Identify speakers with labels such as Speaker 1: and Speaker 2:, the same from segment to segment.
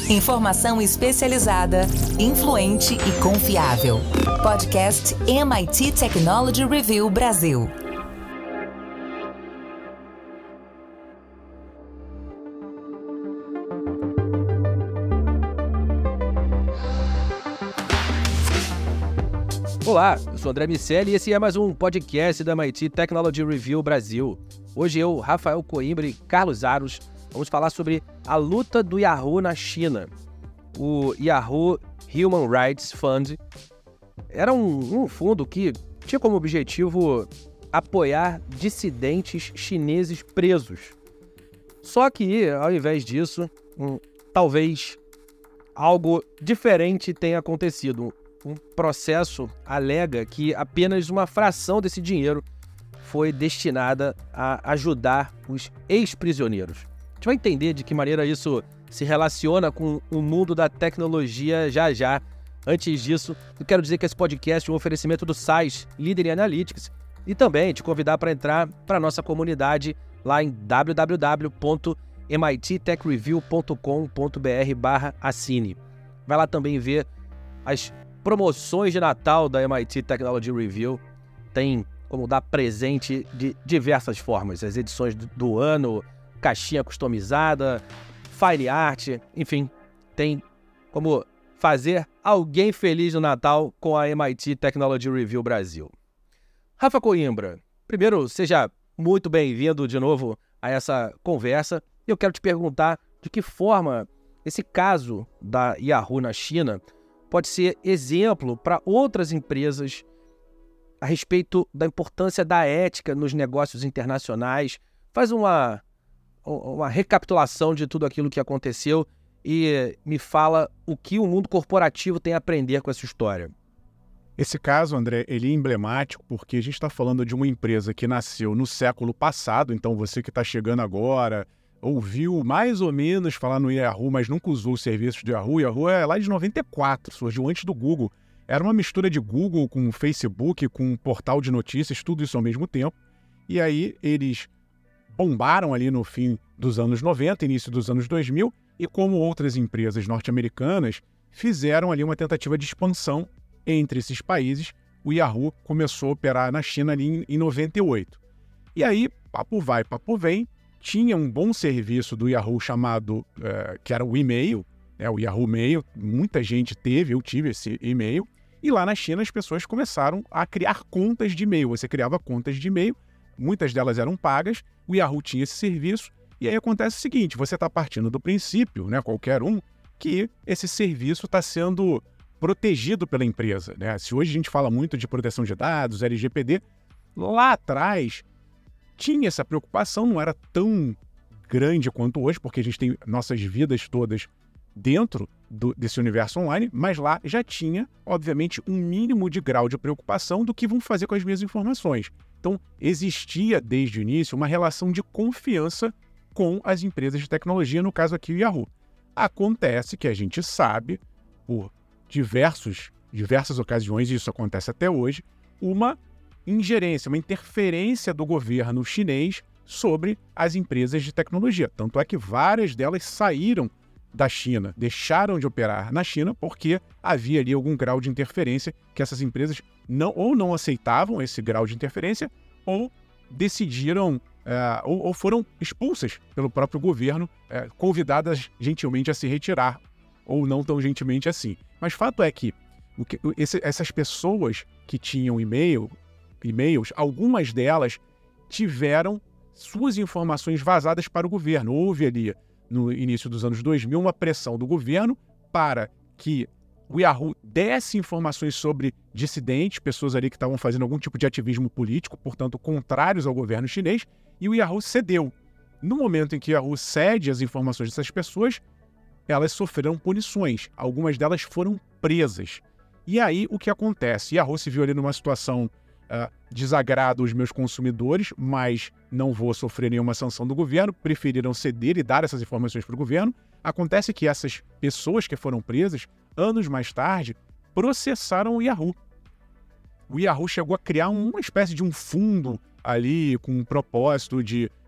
Speaker 1: Informação especializada, influente e confiável. Podcast MIT Technology Review Brasil.
Speaker 2: Olá, eu sou André Miceli e esse é mais um podcast da MIT Technology Review Brasil. Hoje eu, Rafael Coimbra e Carlos Aros vamos falar sobre a luta do Yahoo na China. O Yahoo Human Rights Fund era um fundo que tinha como objetivo apoiar dissidentes chineses presos. Só que, ao invés disso, talvez algo diferente tenha acontecido. Um processo alega que apenas uma fração desse dinheiro foi destinada a ajudar os ex-prisioneiros. A gente vai entender de que maneira isso se relaciona com o mundo da tecnologia já. Antes disso, eu quero dizer que esse podcast é um oferecimento do SAIS, líder em Analytics, e também te convidar para entrar para a nossa comunidade lá em www.mittechreview.com.br/assine. Vai lá também ver as promoções de Natal da MIT Technology Review. Tem como dar presente de diversas formas. As edições do ano, caixinha customizada, fine art, enfim, tem como fazer alguém feliz no Natal com a MIT Technology Review Brasil. Rafa Coimbra, primeiro, seja muito bem-vindo de novo a essa conversa. Eu quero te perguntar de que forma esse caso da Yahoo na China pode ser exemplo para outras empresas a respeito da importância da ética nos negócios internacionais. Faz uma recapitulação de tudo aquilo que aconteceu e me fala o que o mundo corporativo tem a aprender com essa história.
Speaker 3: Esse caso, André, ele é emblemático porque a gente está falando de uma empresa que nasceu no século passado, então você que está chegando agora ouviu mais ou menos falar no Yahoo, mas nunca usou os serviços do Yahoo. Yahoo é lá de 94, surgiu antes do Google. Era uma mistura de Google com Facebook, com um portal de notícias, tudo isso ao mesmo tempo. E aí eles bombaram ali no fim dos anos 90, início dos anos 2000, e como outras empresas norte-americanas, fizeram ali uma tentativa de expansão entre esses países. O Yahoo começou a operar na China ali em 98. E aí, papo vai, papo vem, tinha um bom serviço do Yahoo chamado, que era o e-mail, o Yahoo Mail, muita gente teve, eu tive esse e-mail, e lá na China as pessoas começaram a criar contas de e-mail. Você criava contas de e-mail, muitas delas eram pagas, o Yahoo tinha esse serviço, e aí acontece o seguinte, você está partindo do princípio, qualquer um, que esse serviço está sendo protegido pela empresa. Se hoje a gente fala muito de proteção de dados, LGPD, lá atrás tinha essa preocupação, não era tão grande quanto hoje, porque a gente tem nossas vidas todas dentro desse universo online, mas lá já tinha, obviamente, um mínimo de grau de preocupação do que vão fazer com as minhas informações. Então, existia desde o início uma relação de confiança com as empresas de tecnologia, no caso aqui o Yahoo. Acontece que a gente sabe, por diversas ocasiões, e isso acontece até hoje, uma ingerência, uma interferência do governo chinês sobre as empresas de tecnologia. Tanto é que várias delas saíram da China, deixaram de operar na China porque havia ali algum grau de interferência que essas empresas não aceitavam esse grau de interferência ou decidiram ou foram expulsas pelo próprio governo, convidadas gentilmente a se retirar ou não tão gentilmente assim. Mas fato é que essas pessoas que tinham e-mails, algumas delas tiveram suas informações vazadas para o governo. Houve ali, no início dos anos 2000, uma pressão do governo para que o Yahoo desse informações sobre dissidentes, pessoas ali que estavam fazendo algum tipo de ativismo político, portanto, contrários ao governo chinês, e o Yahoo cedeu. No momento em que o Yahoo cede as informações dessas pessoas, elas sofreram punições. Algumas delas foram presas. E aí, o que acontece? Yahoo se viu ali numa situação desagrada aos meus consumidores, mas não vou sofrer nenhuma sanção do governo, preferiram ceder e dar essas informações para o governo. Acontece que essas pessoas que foram presas, anos mais tarde, processaram o Yahoo. O Yahoo chegou a criar uma espécie de um fundo ali com um propósito de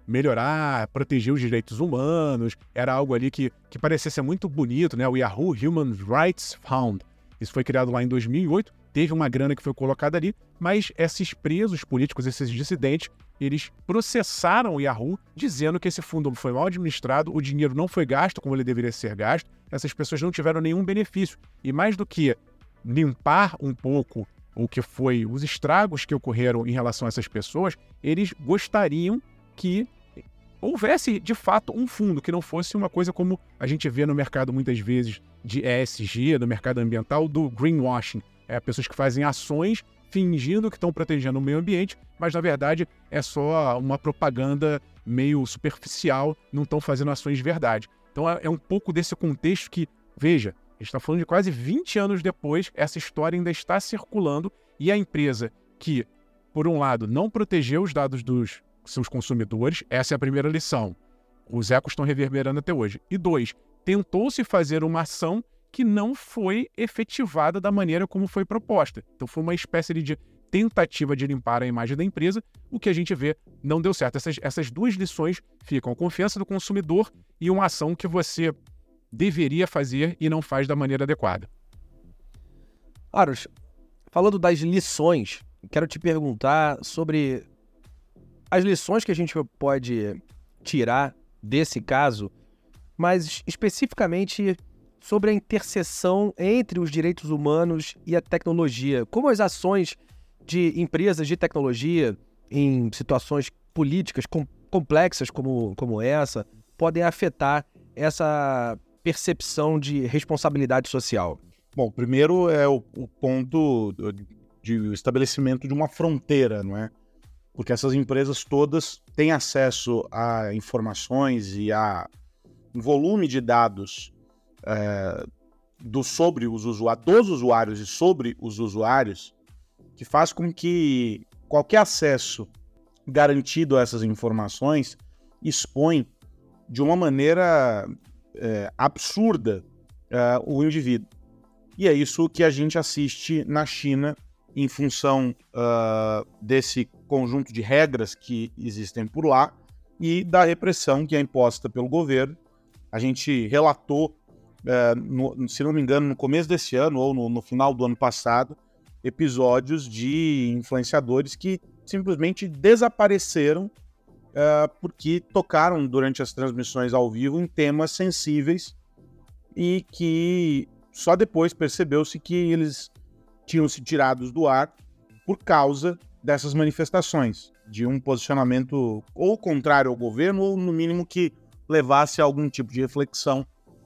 Speaker 3: melhorar, proteger os direitos humanos, era algo ali que parecia ser muito bonito, né? O Yahoo Human Rights Fund. Isso foi criado lá em 2008, teve uma grana que foi colocada ali, mas esses presos políticos, esses dissidentes, eles processaram o Yahoo dizendo que esse fundo foi mal administrado, o dinheiro não foi gasto como ele deveria ser gasto, essas pessoas não tiveram nenhum benefício. E mais do que limpar um pouco o que foi os estragos que ocorreram em relação a essas pessoas, eles gostariam que houvesse, de fato, um fundo, que não fosse uma coisa como a gente vê no mercado muitas vezes de ESG, no mercado ambiental, do greenwashing. Pessoas que fazem ações fingindo que estão protegendo o meio ambiente, mas na verdade é só uma propaganda meio superficial, não estão fazendo ações de verdade. Então é um pouco desse contexto que, veja, a gente está falando de quase 20 anos depois, essa história ainda está circulando e a empresa que, por um lado, não protegeu os dados dos seus consumidores, essa é a primeira lição. Os ecos estão reverberando até hoje. E 2, tentou-se fazer uma ação que não foi efetivada da maneira como foi proposta. Então foi uma espécie de tentativa de limpar a imagem da empresa, o que a gente vê não deu certo. Essas duas lições ficam: a confiança do consumidor e uma ação que você deveria fazer e não faz da maneira adequada.
Speaker 2: Aros, falando das lições, quero te perguntar sobre as lições que a gente pode tirar desse caso, mas especificamente sobre a interseção entre os direitos humanos e a tecnologia. Como as ações de empresas de tecnologia em situações políticas complexas como essa podem afetar essa percepção de responsabilidade social?
Speaker 4: Bom, primeiro é o ponto de estabelecimento de uma fronteira, não é? Porque essas empresas todas têm acesso a informações e a um volume de dados sobre dos usuários e sobre os usuários, que faz com que qualquer acesso garantido a essas informações expõe de uma maneira absurda o indivíduo. E é isso que a gente assiste na China em função desse conjunto de regras que existem por lá e da repressão que é imposta pelo governo. A gente relatou, se não me engano, no começo desse ano ou no final do ano passado, episódios de influenciadores que simplesmente desapareceram porque tocaram durante as transmissões ao vivo em temas sensíveis e que só depois percebeu-se que eles tinham se tirados do ar por causa dessas manifestações, de um posicionamento ou contrário ao governo ou, no mínimo, que levasse a algum tipo de reflexão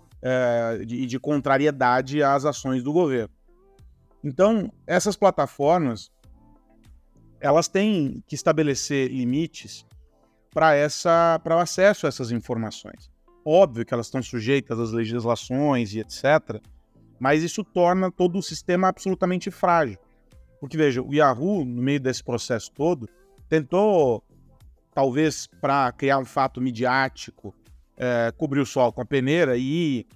Speaker 4: e de contrariedade às ações do governo. Então, essas plataformas, elas têm que estabelecer limites para o acesso a essas informações. Óbvio que elas estão sujeitas às legislações e etc., mas isso torna todo o sistema absolutamente frágil. Porque, veja, o Yahoo, no meio desse processo todo, tentou, talvez para criar um fato midiático, cobrir o sol com a peneira e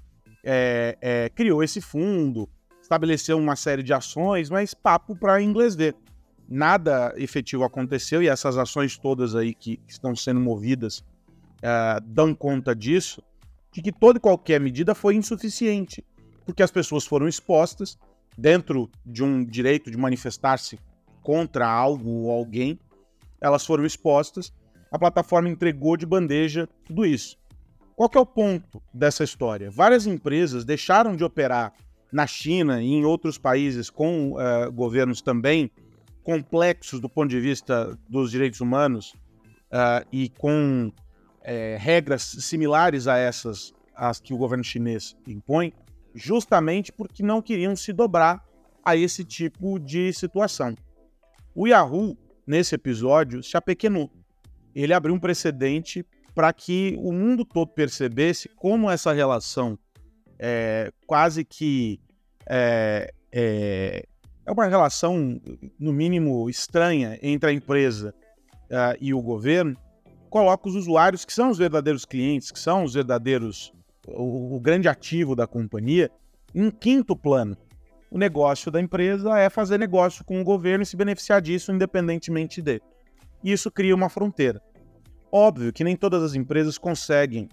Speaker 4: criou esse fundo, estabeleceu uma série de ações, mas papo para inglês ver. Nada efetivo aconteceu e essas ações todas aí que estão sendo movidas dão conta disso, de que toda e qualquer medida foi insuficiente, porque as pessoas foram expostas dentro de um direito de manifestar-se contra algo ou alguém, elas foram expostas, a plataforma entregou de bandeja tudo isso. Qual que é o ponto dessa história? Várias empresas deixaram de operar na China e em outros países com governos também complexos do ponto de vista dos direitos humanos e com regras similares a essas as que o governo chinês impõe, justamente porque não queriam se dobrar a esse tipo de situação. O Yahoo, nesse episódio, se apequenou. Ele abriu um precedente para que o mundo todo percebesse como essa relação quase que é uma relação, no mínimo, estranha entre a empresa e o governo, coloca os usuários, que são os verdadeiros clientes, que são os verdadeiros, o grande ativo da companhia, em quinto plano. O negócio da empresa é fazer negócio com o governo e se beneficiar disso independentemente dele. E isso cria uma fronteira. Óbvio que nem todas as empresas conseguem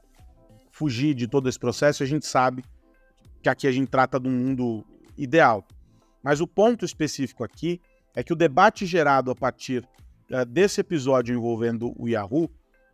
Speaker 4: fugir de todo esse processo, a gente sabe que aqui a gente trata de um mundo ideal. Mas o ponto específico aqui é que o debate gerado a partir desse episódio envolvendo o Yahoo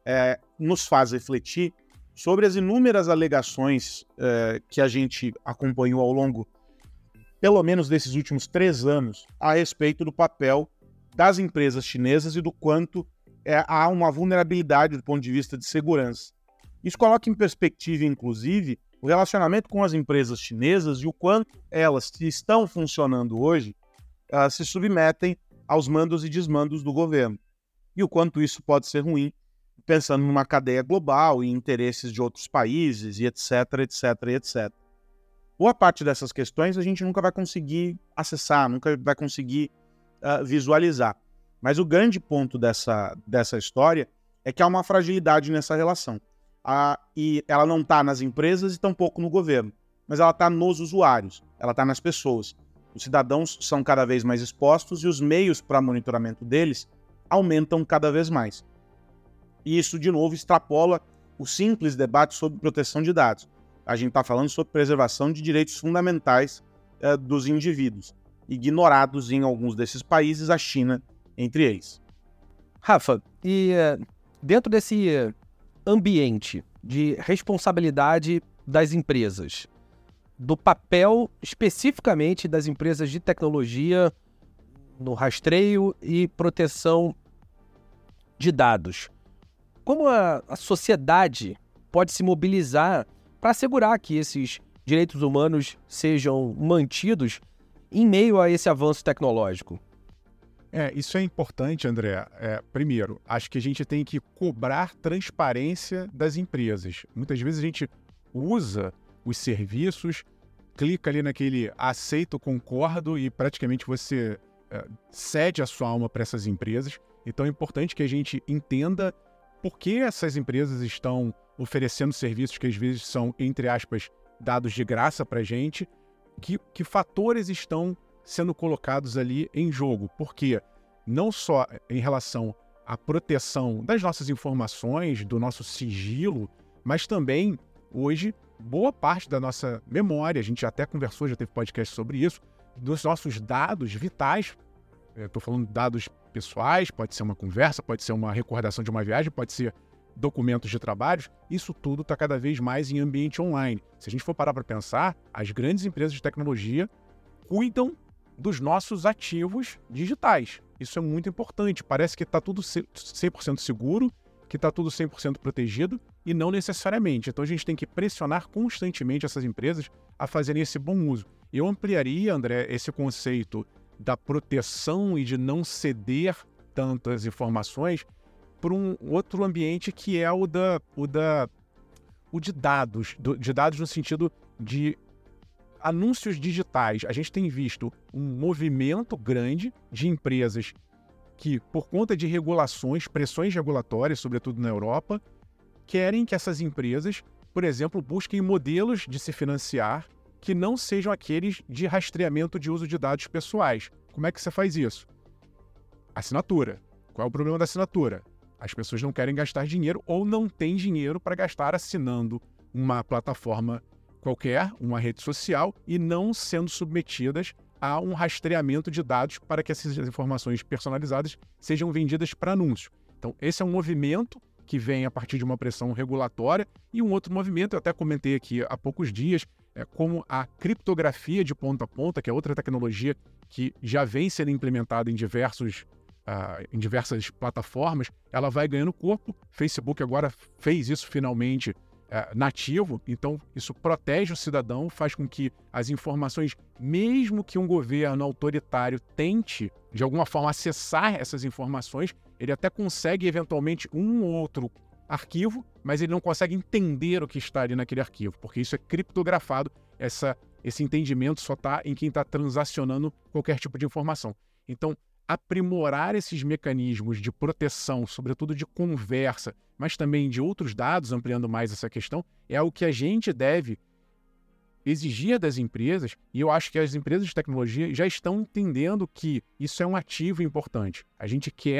Speaker 4: nos faz refletir sobre as inúmeras alegações que a gente acompanhou ao longo, pelo menos desses últimos 3 anos, a respeito do papel das empresas chinesas e do quanto há uma vulnerabilidade do ponto de vista de segurança. Isso coloca em perspectiva, inclusive, o relacionamento com as empresas chinesas e o quanto elas, que estão funcionando hoje, se submetem aos mandos e desmandos do governo. E o quanto isso pode ser ruim, pensando numa cadeia global e interesses de outros países, e etc, etc, etc. Boa parte dessas questões a gente nunca vai conseguir acessar, nunca vai conseguir visualizar. Mas o grande ponto dessa história é que há uma fragilidade nessa relação. E ela não está nas empresas e tampouco no governo, mas ela está nos usuários, ela está nas pessoas. Os cidadãos são cada vez mais expostos e os meios para monitoramento deles aumentam cada vez mais. E isso, de novo, extrapola o simples debate sobre proteção de dados. A gente está falando sobre preservação de direitos fundamentais dos indivíduos, ignorados em alguns desses países, a China entre eles.
Speaker 2: Rafa, e dentro desse ambiente de responsabilidade das empresas, do papel especificamente das empresas de tecnologia no rastreio e proteção de dados, como a sociedade pode se mobilizar para assegurar que esses direitos humanos sejam mantidos em meio a esse avanço tecnológico?
Speaker 3: Isso é importante, André. Primeiro, acho que a gente tem que cobrar transparência das empresas. Muitas vezes a gente usa os serviços, clica ali naquele aceito, concordo e praticamente você cede a sua alma para essas empresas. Então é importante que a gente entenda por que essas empresas estão oferecendo serviços que às vezes são, entre aspas, dados de graça para a gente, que fatores estão sendo colocados ali em jogo, porque não só em relação à proteção das nossas informações, do nosso sigilo, mas também, hoje, boa parte da nossa memória, a gente até conversou, já teve podcast sobre isso, dos nossos dados vitais, estou falando de dados pessoais, pode ser uma conversa, pode ser uma recordação de uma viagem, pode ser documentos de trabalho, isso tudo está cada vez mais em ambiente online. Se a gente for parar para pensar, as grandes empresas de tecnologia cuidam dos nossos ativos digitais. Isso é muito importante. Parece que está tudo 100% seguro, que está tudo 100% protegido, e não necessariamente. Então a gente tem que pressionar constantemente essas empresas a fazerem esse bom uso. Eu ampliaria, André, esse conceito da proteção e de não ceder tantas informações para um outro ambiente que é o de dados. De dados no sentido de anúncios digitais. A gente tem visto um movimento grande de empresas que, por conta de regulações, pressões regulatórias, sobretudo na Europa, querem que essas empresas, por exemplo, busquem modelos de se financiar que não sejam aqueles de rastreamento de uso de dados pessoais. Como é que você faz isso? Assinatura. Qual é o problema da assinatura? As pessoas não querem gastar dinheiro ou não têm dinheiro para gastar assinando uma plataforma qualquer, uma rede social, e não sendo submetidas a um rastreamento de dados para que essas informações personalizadas sejam vendidas para anúncio. Então, esse é um movimento que vem a partir de uma pressão regulatória, e um outro movimento, eu até comentei aqui há poucos dias, como a criptografia de ponta a ponta, que é outra tecnologia que já vem sendo implementada em diversas plataformas, ela vai ganhando corpo. Facebook agora fez isso finalmente nativo, então isso protege o cidadão, faz com que as informações, mesmo que um governo autoritário tente de alguma forma acessar essas informações, ele até consegue eventualmente um ou outro arquivo, mas ele não consegue entender o que está ali naquele arquivo, porque isso é criptografado, esse entendimento só está em quem está transacionando qualquer tipo de informação. Então, aprimorar esses mecanismos de proteção, sobretudo de conversa, mas também de outros dados, ampliando mais essa questão, é o que a gente deve exigir das empresas, e eu acho que as empresas de tecnologia já estão entendendo que isso é um ativo importante. A gente quer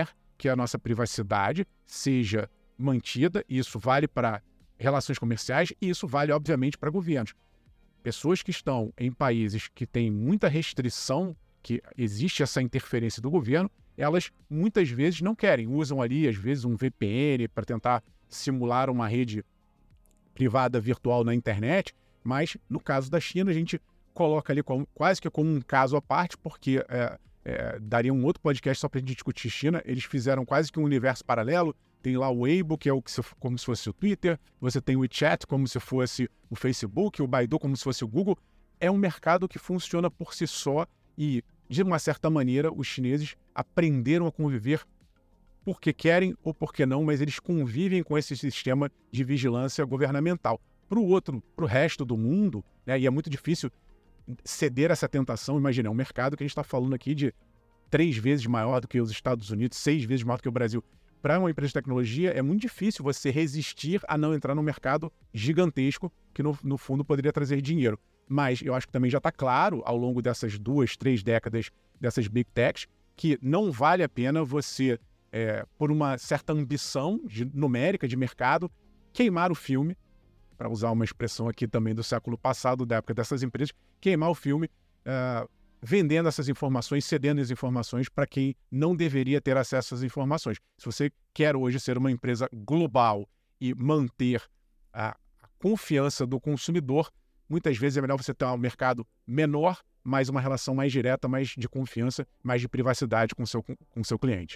Speaker 3: que a nossa privacidade seja mantida. Isso vale para relações comerciais e isso vale, obviamente, para governos. Pessoas que estão em países que têm muita restrição, que existe essa interferência do governo, elas muitas vezes não querem. Usam ali, às vezes, um VPN para tentar simular uma rede privada virtual na internet, mas no caso da China a gente coloca ali quase que como um caso à parte, porque daria um outro podcast só para a gente discutir China. Eles fizeram quase que um universo paralelo. Tem lá o Weibo, que é como se fosse o Twitter, você tem o WeChat como se fosse o Facebook, o Baidu como se fosse o Google. É um mercado que funciona por si só e, de uma certa maneira, os chineses aprenderam a conviver porque querem ou porque não, mas eles convivem com esse sistema de vigilância governamental. Para o resto do mundo, né, e é muito difícil ceder essa tentação. Imagina, é um mercado que a gente está falando aqui de 3 vezes maior do que os Estados Unidos, 6 vezes maior do que o Brasil. Para uma empresa de tecnologia, é muito difícil você resistir a não entrar num mercado gigantesco que, no fundo, poderia trazer dinheiro. Mas eu acho que também já está claro, ao longo dessas 2, 3 décadas dessas Big Techs, que não vale a pena você, por uma certa ambição numérica de mercado, queimar o filme, para usar uma expressão aqui também do século passado, da época dessas empresas, queimar o filme, vendendo essas informações, cedendo as informações para quem não deveria ter acesso às informações. Se você quer hoje ser uma empresa global e manter a confiança do consumidor, muitas vezes é melhor você ter um mercado menor, mas uma relação mais direta, mais de confiança, mais de privacidade com o seu cliente.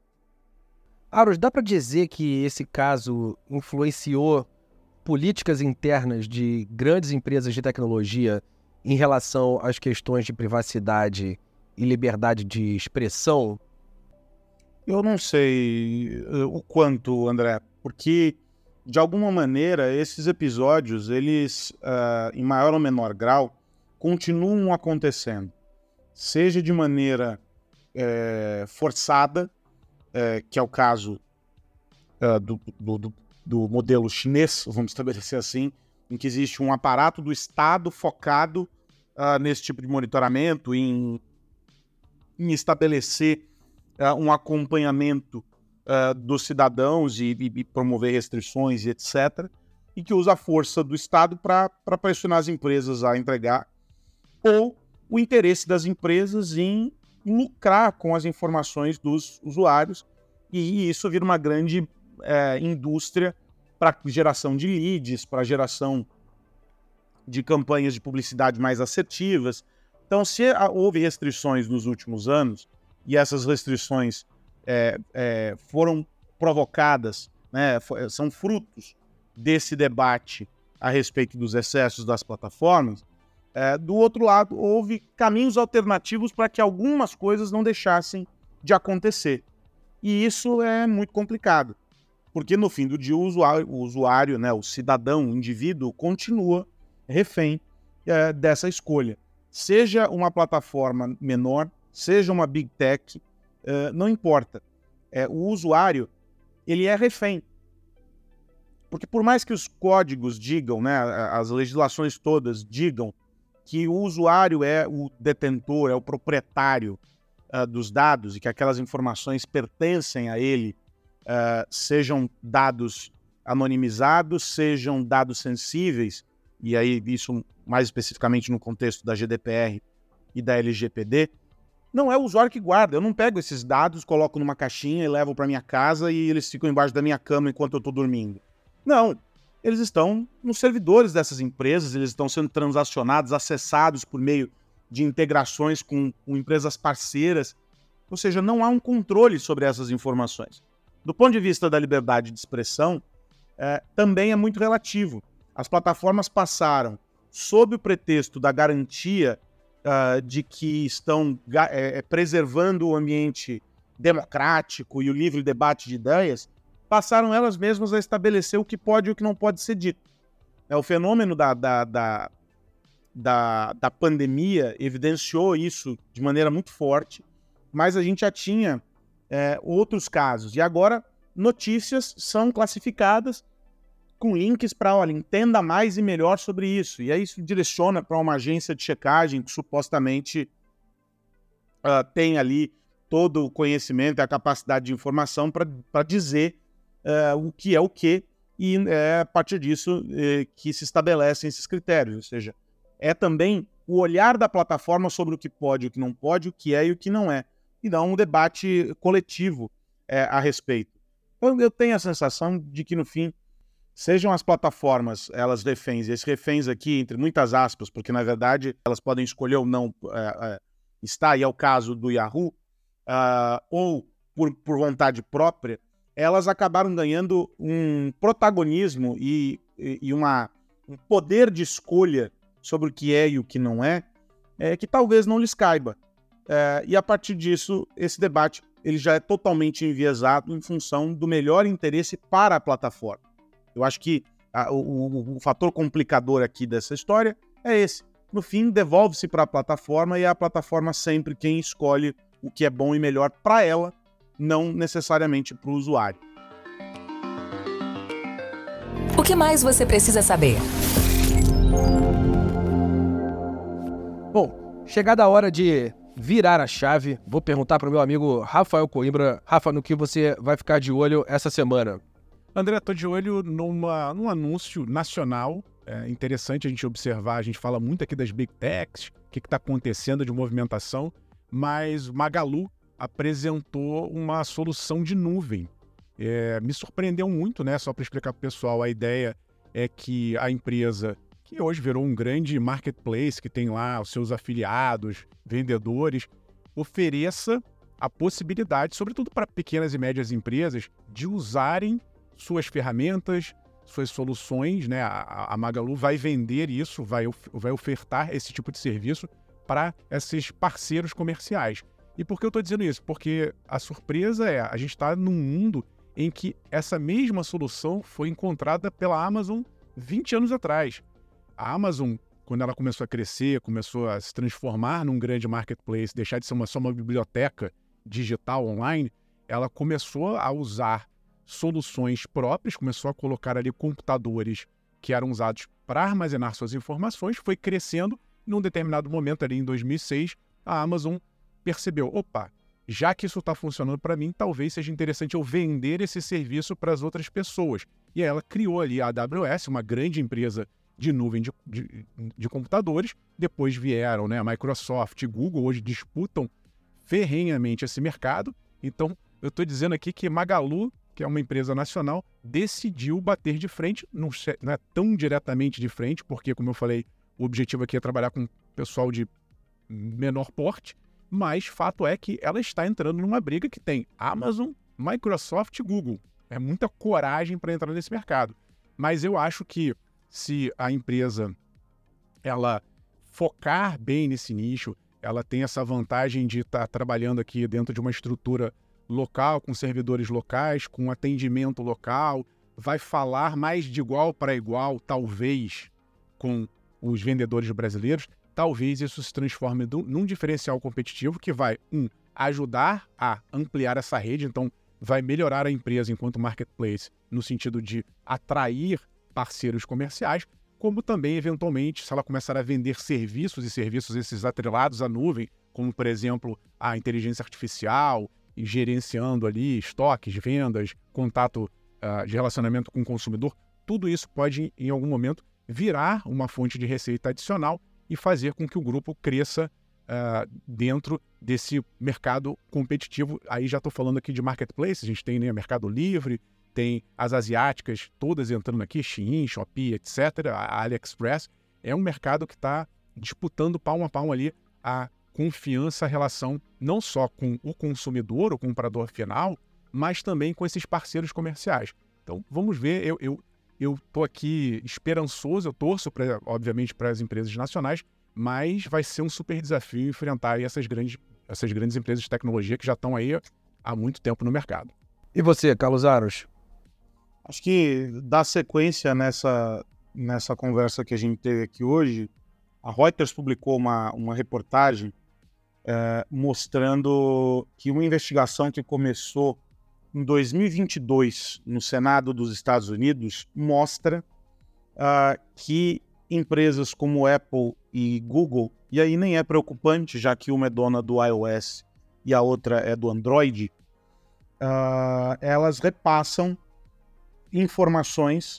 Speaker 2: Aros, dá para dizer que esse caso influenciou políticas internas de grandes empresas de tecnologia em relação às questões de privacidade e liberdade de expressão?
Speaker 4: Eu não sei o quanto, André, porque, de alguma maneira, esses episódios, eles, em maior ou menor grau, continuam acontecendo. Seja de maneira forçada, que é o caso do modelo chinês, vamos estabelecer assim, em que existe um aparato do Estado focado nesse tipo de monitoramento, em estabelecer um acompanhamento dos cidadãos e promover restrições e etc., e que usa a força do Estado para pressionar as empresas a entregar, ou o interesse das empresas em lucrar com as informações dos usuários, e isso vira uma grande indústria para geração de leads, para geração de campanhas de publicidade mais assertivas. Então, se houve restrições nos últimos anos, e essas restrições foram provocadas, né, são frutos desse debate a respeito dos excessos das plataformas, do outro lado, houve caminhos alternativos para que algumas coisas não deixassem de acontecer. E isso é muito complicado, porque no fim do dia o usuário, né, o cidadão, o indivíduo, continua refém dessa escolha. Seja uma plataforma menor, seja uma Big Tech, não importa. O usuário, ele é refém. Porque por mais que os códigos digam, né, as legislações todas digam que o usuário é o detentor, é o proprietário dos dados e que aquelas informações pertencem a ele, sejam dados anonimizados, sejam dados sensíveis, e aí isso mais especificamente no contexto da GDPR e da LGPD, não é o usuário que guarda. Eu não pego esses dados, coloco numa caixinha e levo para minha casa e eles ficam embaixo da minha cama enquanto eu estou dormindo. Não, eles estão nos servidores dessas empresas, eles estão sendo transacionados, acessados por meio de integrações com empresas parceiras, ou seja, não há um controle sobre essas informações. Do ponto de vista da liberdade de expressão, também é muito relativo. As plataformas passaram, sob o pretexto da garantia de que estão preservando o ambiente democrático e o livre debate de ideias, passaram elas mesmas a estabelecer o que pode e o que não pode ser dito. O fenômeno da pandemia evidenciou isso de maneira muito forte, mas a gente já tinha outros casos. E agora, notícias são classificadas com links para, olha, entenda mais e melhor sobre isso. E aí isso direciona para uma agência de checagem que supostamente tem ali todo o conhecimento e a capacidade de informação para dizer o que é o quê, e é a partir disso que se estabelecem esses critérios. Ou seja, é também o olhar da plataforma sobre o que pode, o que não pode, o que é e o que não é. E dá um debate coletivo a respeito. Então, eu tenho a sensação de que, no fim, sejam as plataformas, elas reféns, e esses reféns aqui, entre muitas aspas, porque, na verdade, elas podem escolher ou não estar, e é o caso do Yahoo, ou por vontade própria, elas acabaram ganhando um protagonismo e um poder de escolha sobre o que é e o que não é, que talvez não lhes caiba. E a partir disso, esse debate ele já é totalmente enviesado em função do melhor interesse para a plataforma. Eu acho que o fator complicador aqui dessa história é esse. No fim, devolve-se para a plataforma e é a plataforma sempre quem escolhe o que é bom e melhor para ela, não necessariamente para o usuário.
Speaker 1: O que mais você precisa saber?
Speaker 2: Bom, chegada a hora de virar a chave, vou perguntar para o meu amigo Rafael Coimbra. Rafa, no que você vai ficar de olho essa semana?
Speaker 3: André, estou de olho num anúncio nacional. É interessante a gente observar, a gente fala muito aqui das Big Techs, o que está acontecendo de movimentação, mas Magalu apresentou uma solução de nuvem. Me surpreendeu muito, né? Só para explicar para o pessoal, a ideia é que a empresa, que hoje virou um grande marketplace, que tem lá os seus afiliados, vendedores, ofereça a possibilidade, sobretudo para pequenas e médias empresas, de usarem suas ferramentas, suas soluções, né? A Magalu vai vender isso, vai ofertar esse tipo de serviço para esses parceiros comerciais. E por que eu estou dizendo isso? Porque a surpresa a gente está num mundo em que essa mesma solução foi encontrada pela Amazon 20 anos atrás. A Amazon, quando ela começou a crescer, começou a se transformar num grande marketplace, deixar de ser só uma biblioteca digital online, ela começou a usar soluções próprias, começou a colocar ali computadores que eram usados para armazenar suas informações, foi crescendo. Num determinado momento, ali em 2006, a Amazon percebeu, opa, já que isso está funcionando para mim, talvez seja interessante eu vender esse serviço para as outras pessoas. E aí ela criou ali a AWS, uma grande empresa de nuvem de computadores. Depois vieram, né, a Microsoft e Google, hoje disputam ferrenhamente esse mercado. Então, eu estou dizendo aqui que Magalu, que é uma empresa nacional, decidiu bater de frente, não é tão diretamente de frente, porque, como eu falei, o objetivo aqui é trabalhar com pessoal de menor porte, mas fato é que ela está entrando numa briga que tem Amazon, Microsoft e Google. É muita coragem para entrar nesse mercado. Mas eu acho que se a empresa ela focar bem nesse nicho, ela tem essa vantagem de estar trabalhando aqui dentro de uma estrutura local, com servidores locais, com atendimento local, vai falar mais de igual para igual, talvez, com os vendedores brasileiros, talvez isso se transforme num diferencial competitivo que vai, ajudar a ampliar essa rede, então vai melhorar a empresa enquanto marketplace, no sentido de atrair parceiros comerciais, como também, eventualmente, se ela começar a vender serviços esses atrelados à nuvem, como, por exemplo, a inteligência artificial, e gerenciando ali estoques, vendas, contato de relacionamento com o consumidor, tudo isso pode, em algum momento, virar uma fonte de receita adicional e fazer com que o grupo cresça dentro desse mercado competitivo. Aí já estou falando aqui de marketplace, a gente tem, né, Mercado Livre, tem as asiáticas todas entrando aqui, Shein, Shopee, etc. A AliExpress. É um mercado que está disputando palmo a palmo ali a confiança, a relação não só com o consumidor, o comprador final, mas também com esses parceiros comerciais. Então, vamos ver. Eu estou aqui esperançoso, eu torço, obviamente, para as empresas nacionais, mas vai ser um super desafio enfrentar aí essas grandes empresas de tecnologia que já estão aí há muito tempo no mercado.
Speaker 2: E você, Carlos Aros?
Speaker 4: Acho que dá sequência nessa conversa que a gente teve aqui hoje. A Reuters publicou uma reportagem mostrando que uma investigação que começou em 2022 no Senado dos Estados Unidos mostra que empresas como Apple e Google, e aí nem é preocupante, já que uma é dona do iOS e a outra é do Android, elas repassam informações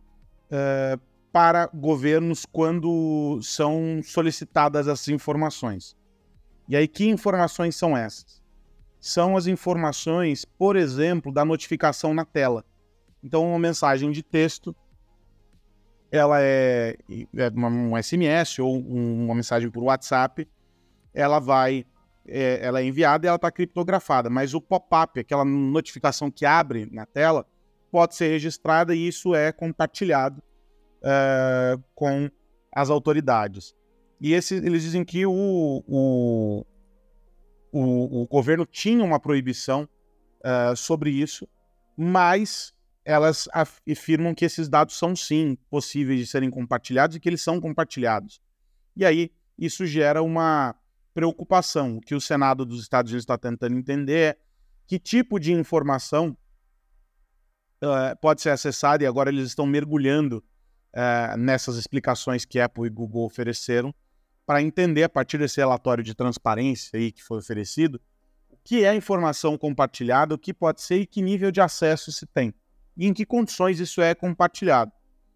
Speaker 4: para governos quando são solicitadas essas informações. E aí, que informações são essas? São as informações, por exemplo, da notificação na tela. Então, uma mensagem de texto, ela é um SMS ou uma mensagem por WhatsApp, ela é enviada e ela está criptografada, mas o pop-up, aquela notificação que abre na tela, pode ser registrada e isso é compartilhado com as autoridades. E eles dizem que o governo tinha uma proibição sobre isso, mas elas afirmam que esses dados são sim possíveis de serem compartilhados e que eles são compartilhados. E aí isso gera uma preocupação. O que o Senado dos Estados Unidos está tentando entender é que tipo de informação pode ser acessada, e agora eles estão mergulhando nessas explicações que Apple e Google ofereceram para entender, a partir desse relatório de transparência aí que foi oferecido, o que é informação compartilhada, o que pode ser e que nível de acesso se tem, e em que condições isso é compartilhado.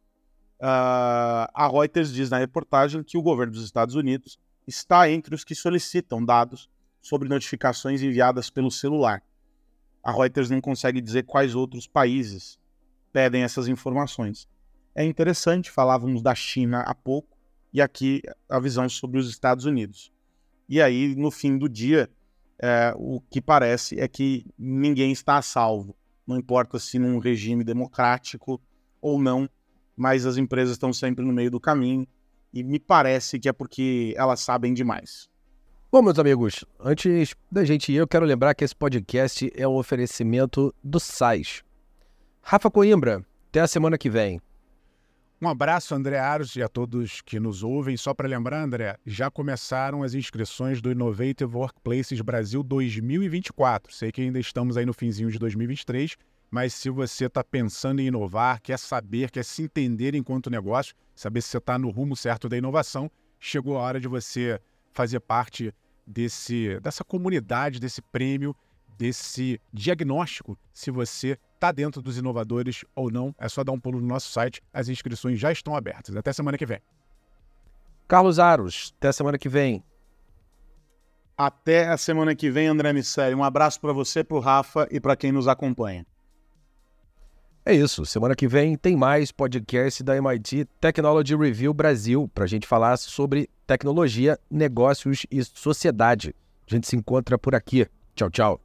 Speaker 4: A Reuters diz na reportagem que o governo dos Estados Unidos está entre os que solicitam dados sobre notificações enviadas pelo celular. A Reuters não consegue dizer quais outros países pedem essas informações. É interessante, falávamos da China há pouco, e aqui a visão sobre os Estados Unidos. E aí, no fim do dia, o que parece é que ninguém está a salvo. Não importa se num regime democrático ou não, mas as empresas estão sempre no meio do caminho, e me parece que é porque elas sabem demais.
Speaker 2: Bom, meus amigos, antes da gente ir, eu quero lembrar que esse podcast é um oferecimento do SAIS. Rafa Coimbra, até a semana que vem.
Speaker 3: Um abraço, André Aros, e a todos que nos ouvem. Só para lembrar, André, já começaram as inscrições do Innovative Workplaces Brasil 2024. Sei que ainda estamos aí no finzinho de 2023, mas se você está pensando em inovar, quer saber, quer se entender enquanto negócio, saber se você está no rumo certo da inovação, chegou a hora de você fazer parte dessa comunidade, desse prêmio, desse diagnóstico, se você está dentro dos inovadores ou não. É só dar um pulo no nosso site, as inscrições já estão abertas. Até semana que vem.
Speaker 2: Carlos Aros, até semana que vem.
Speaker 4: Até a semana que vem, André Miceli. Um abraço para você, para o Rafa e para quem nos acompanha.
Speaker 2: É isso, semana que vem tem mais podcast da MIT Technology Review Brasil para a gente falar sobre tecnologia, negócios e sociedade. A gente se encontra por aqui. Tchau, tchau.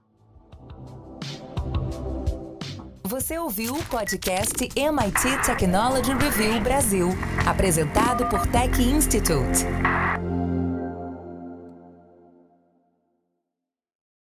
Speaker 1: Você ouviu o podcast MIT Technology Review Brasil, apresentado por Tech Institute.